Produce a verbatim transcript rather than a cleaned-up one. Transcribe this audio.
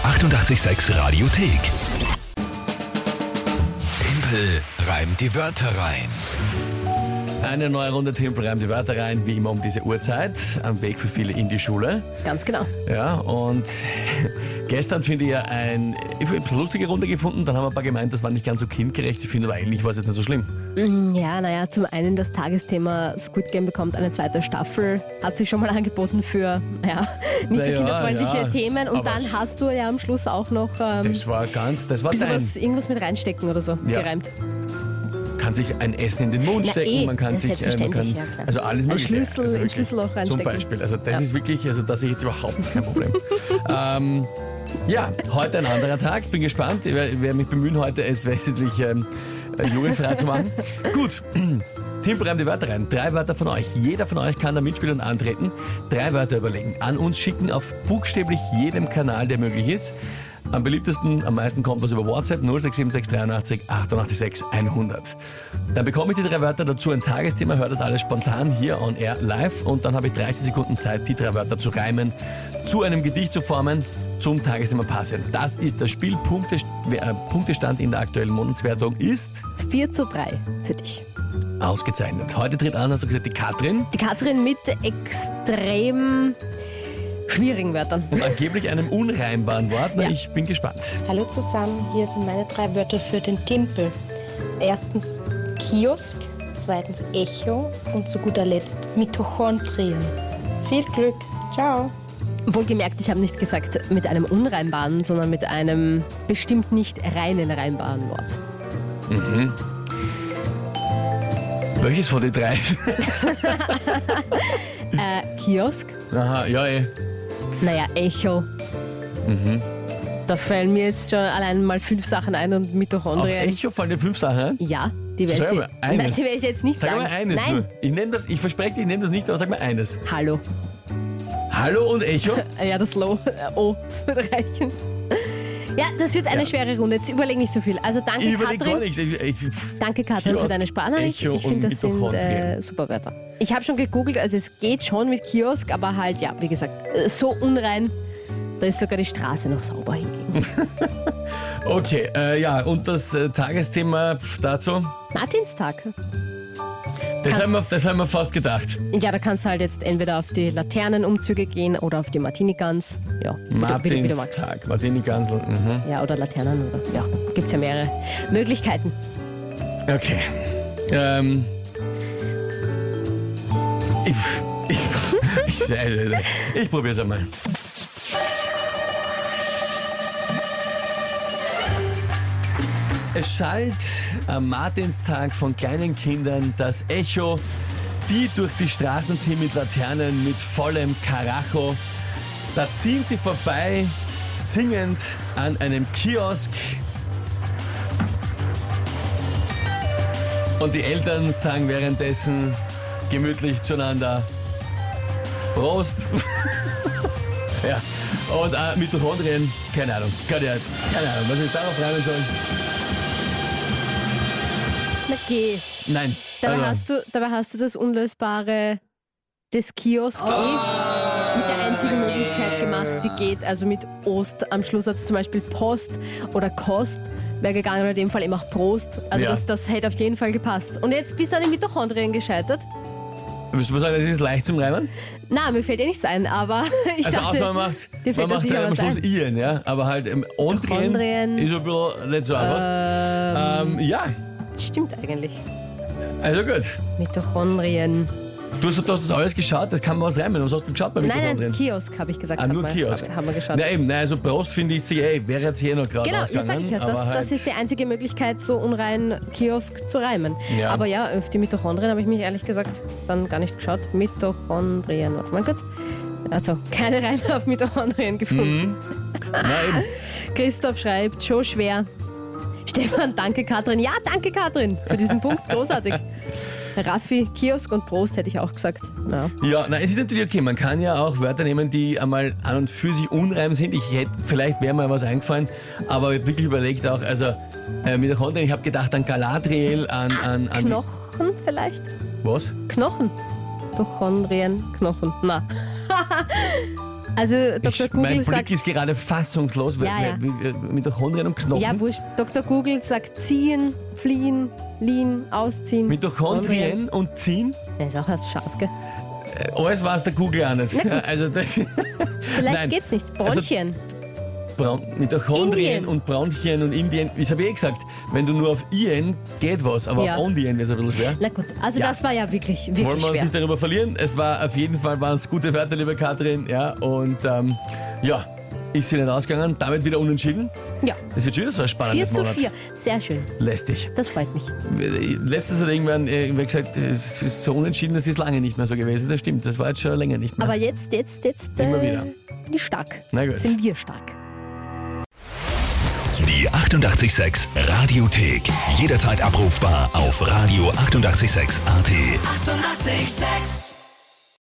achtundachtzig Komma sechs Radiothek. Tempel reimt die Wörter rein. Eine neue Runde Tempel reimt die Wörter rein, wie immer um diese Uhrzeit, am Weg für viele in die Schule. Ganz genau. Ja, und gestern finde ich ja ein, ich habe eine lustige Runde gefunden, dann haben ein paar gemeint, das war nicht ganz so kindgerecht, ich finde aber eigentlich war es jetzt nicht so schlimm. Ja, naja, zum einen das Tagesthema Squid Game bekommt eine zweite Staffel, hat sich schon mal angeboten für, naja, nicht so Naja, kinderfreundliche ja, Themen. Und aber dann hast du ja am Schluss auch noch ähm, Das war ganz, das war bisschen sein. was, irgendwas mit reinstecken oder so, Ja. gereimt. Man kann sich ein Essen in den Mund Na stecken, eh, man kann ja, sich, äh, man kann, selbstverständlich, ja, klar. also alles Ein mögliche. Schlüssel also ins wirklich, Schlüsselloch reinstecken. Zum Beispiel, also das Ja. ist wirklich, also das ist jetzt überhaupt kein Problem. ähm, ja, heute ein anderer Tag, bin gespannt, ich werde werde mich bemühen, heute es wesentlich ähm, jugendfrei zu machen. Gut. Tim, reimt die Wörter rein. Drei Wörter von euch. Jeder von euch kann da mitspielen und antreten. Drei Wörter überlegen. An uns schicken auf buchstäblich jedem Kanal, der möglich ist. Am beliebtesten, am meisten kommt was über WhatsApp null sechs sieben sechs dreiundachtzig achtundachtzig sechs hundert. Dann bekomme ich die drei Wörter dazu, ein Tagesthema, höre das alles spontan hier on air live und dann habe ich dreißig Sekunden Zeit, die drei Wörter zu reimen, zu einem Gedicht zu formen, zum Tagesthema passend. Das ist das Spiel. Punkte, äh, Punktestand in der aktuellen Monatswertung ist vier zu drei für dich. ausgezeichnet. Heute tritt an, hast du gesagt, die Katrin. Die Katrin mit extrem schwierigen Wörtern. Und angeblich einem unreimbaren Wort. Na, Ja. ich bin gespannt. Hallo zusammen, hier sind meine drei Wörter für den Tempel. Erstens Kiosk, zweitens Echo und zu guter Letzt Mitochondrien. Viel Glück, ciao. Wohlgemerkt, ich habe nicht gesagt mit einem unreimbaren, sondern mit einem bestimmt nicht reinen reimbaren Wort. Mhm. Welches von den drei? Äh, Kiosk, Aha, ja, eh. naja, Echo. Mhm. Da fallen mir jetzt schon allein mal fünf Sachen ein und Auf Mitochondrien. Echo fallen dir fünf Sachen ein? Ja, die werde Sag ich, mal, dir- eines. Nein, die werde ich dir jetzt nicht Sag sagen. mal eines Nein, nur. Ich nenne das, ich verspreche dir, ich nenne das nicht, aber sag mal eines. hallo. Hallo und Echo? Ja, das Low. Oh, das wird reichen. Ja, das wird eine Ja. schwere Runde. Jetzt überleg nicht so viel. Also danke, Ich überlege gar Katrin. nichts. Ich, ich, Danke, Katrin, Kiosk, für deine Sprachnachricht. Echo Ich finde, und das sind Mitochondrien. äh, super Wörter. Ich habe schon gegoogelt, also es geht schon mit Kiosk, aber halt, ja, wie gesagt, äh, so unrein, da ist sogar die Straße noch sauber hingegen. okay, äh, ja, und das äh, Tagesthema dazu? Martinstag. Das Kannst- haben, wir, das haben wir fast gedacht. Ja, da kannst du halt jetzt entweder auf die Laternenumzüge gehen oder auf die Martini-Gans. Ja, wie du, wie, du, wie du magst. Martinstag, Martini Gansel. Mhm. Ja, oder Laternen oder, ja, gibt's ja mehrere Möglichkeiten. Okay. Ähm. Ich, ich, ich, ich, ich probiere es einmal. Es schallt am Martinstag von kleinen Kindern das Echo, die durch die Straßen ziehen mit Laternen, mit vollem Karacho. Da ziehen sie vorbei, singend an einem Kiosk. Und die Eltern sagen währenddessen gemütlich zueinander Prost. Ja. Und äh, Mitochondrien, keine Ahnung. Keine, keine Ahnung, was ich darauf reimen soll. Na geh. Nein. Dabei, Also, hast du, dabei hast du das Unlösbare des Kiosk eh mit der einzigen Möglichkeit gemacht, die geht. Also mit Ost. Am Schluss hat es zum Beispiel Post oder Kost wäre gegangen oder in dem Fall eben auch Prost. Also Ja. das, das hätte auf jeden Fall gepasst. Und jetzt bist du an den Mitochondrien gescheitert. willst du mal sagen, das ist leicht zum Reimen? Na, mir fällt dir nichts ein, aber ich Also dachte, außer man macht, dir man fällt da macht sicher am was Schluss ein. Iren, ja. Aber halt ähm, Ondrien Mitochondrien. ist ein bisschen nicht so einfach. Ähm, ja, Stimmt eigentlich. also gut. Mitochondrien. Du hast, du hast das alles geschaut, das kann man was reimen. Was hast du geschaut bei Nein, nein, Mitochondrien? Kiosk habe ich gesagt. Ah, hat nur man- Kiosk. Haben wir geschaut. Na eben, nein, also Prost finde ich, sie, ey, wäre jetzt hier noch gerade Genau, ausgegangen. ja, sag ich ja, aber das, halt, das ist die einzige Möglichkeit, so unrein Kiosk zu reimen. Ja. Aber ja, auf die Mitochondrien habe ich mich ehrlich gesagt dann gar nicht geschaut. Mitochondrien, warte mal kurz. Also, keine Reime auf Mitochondrien gefunden. Mhm. Na eben. Christoph schreibt, schon schwer. Stefan, danke Katrin. Ja, danke Katrin für diesen Punkt, großartig. Raffi, Kiosk und Prost hätte ich auch gesagt. Ja. Ja, na, es ist natürlich okay, man kann ja auch Wörter nehmen, die einmal an und für sich unreim sind. Ich hätte, vielleicht wäre mir was eingefallen, aber ich habe wirklich überlegt auch, also äh, Mitochondrien, ich habe gedacht an Galadriel, an... an, an Knochen vielleicht? Was? Knochen. Mitochondrien, Knochen. Na. Also Doktor Ich, Google mein Blick sagt, ist gerade fassungslos, weil Ja, ja. weil- wie- Mitochondrien und Knochen. ja wurscht, Doktor Google sagt ziehen, fliehen, liehen, ausziehen. Mitochondrien und Ziehen, Ja, ist auch ein Schatz, gell? alles weiß der Google auch nicht. Na gut. Also das, Vielleicht Nein. geht's nicht. Bronchien. Braun, Mitochondrien Indien. und Bronchien und Indien. Ich habe eh gesagt, wenn du nur auf Ien geht was, aber Ja. auf Ondien wird es ein bisschen schwer. Na gut, also Ja. das war ja wirklich, Wollen wirklich wir uns schwer. nicht darüber verlieren. Es war auf jeden Fall waren es gute Wörter, liebe Katrin. Ja, und ähm, ja, ist sie nicht ausgegangen. Damit wieder unentschieden. Ja, Das wird schon wieder so ein vier spannendes zu Monat. vier. Sehr schön. Lästig. Das freut mich. Letztes hat irgendwann äh, wer gesagt, es ist so unentschieden, das ist lange nicht mehr so gewesen. Das stimmt, das war jetzt schon länger nicht mehr. Aber jetzt, jetzt, jetzt Immer äh, wieder. bin ich stark. Na gut. Sind wir stark. Die achtundachtzig Komma sechs Radiothek. Jederzeit abrufbar auf radio achtundachtzig Komma sechs Punkt at. Eighty-eight point six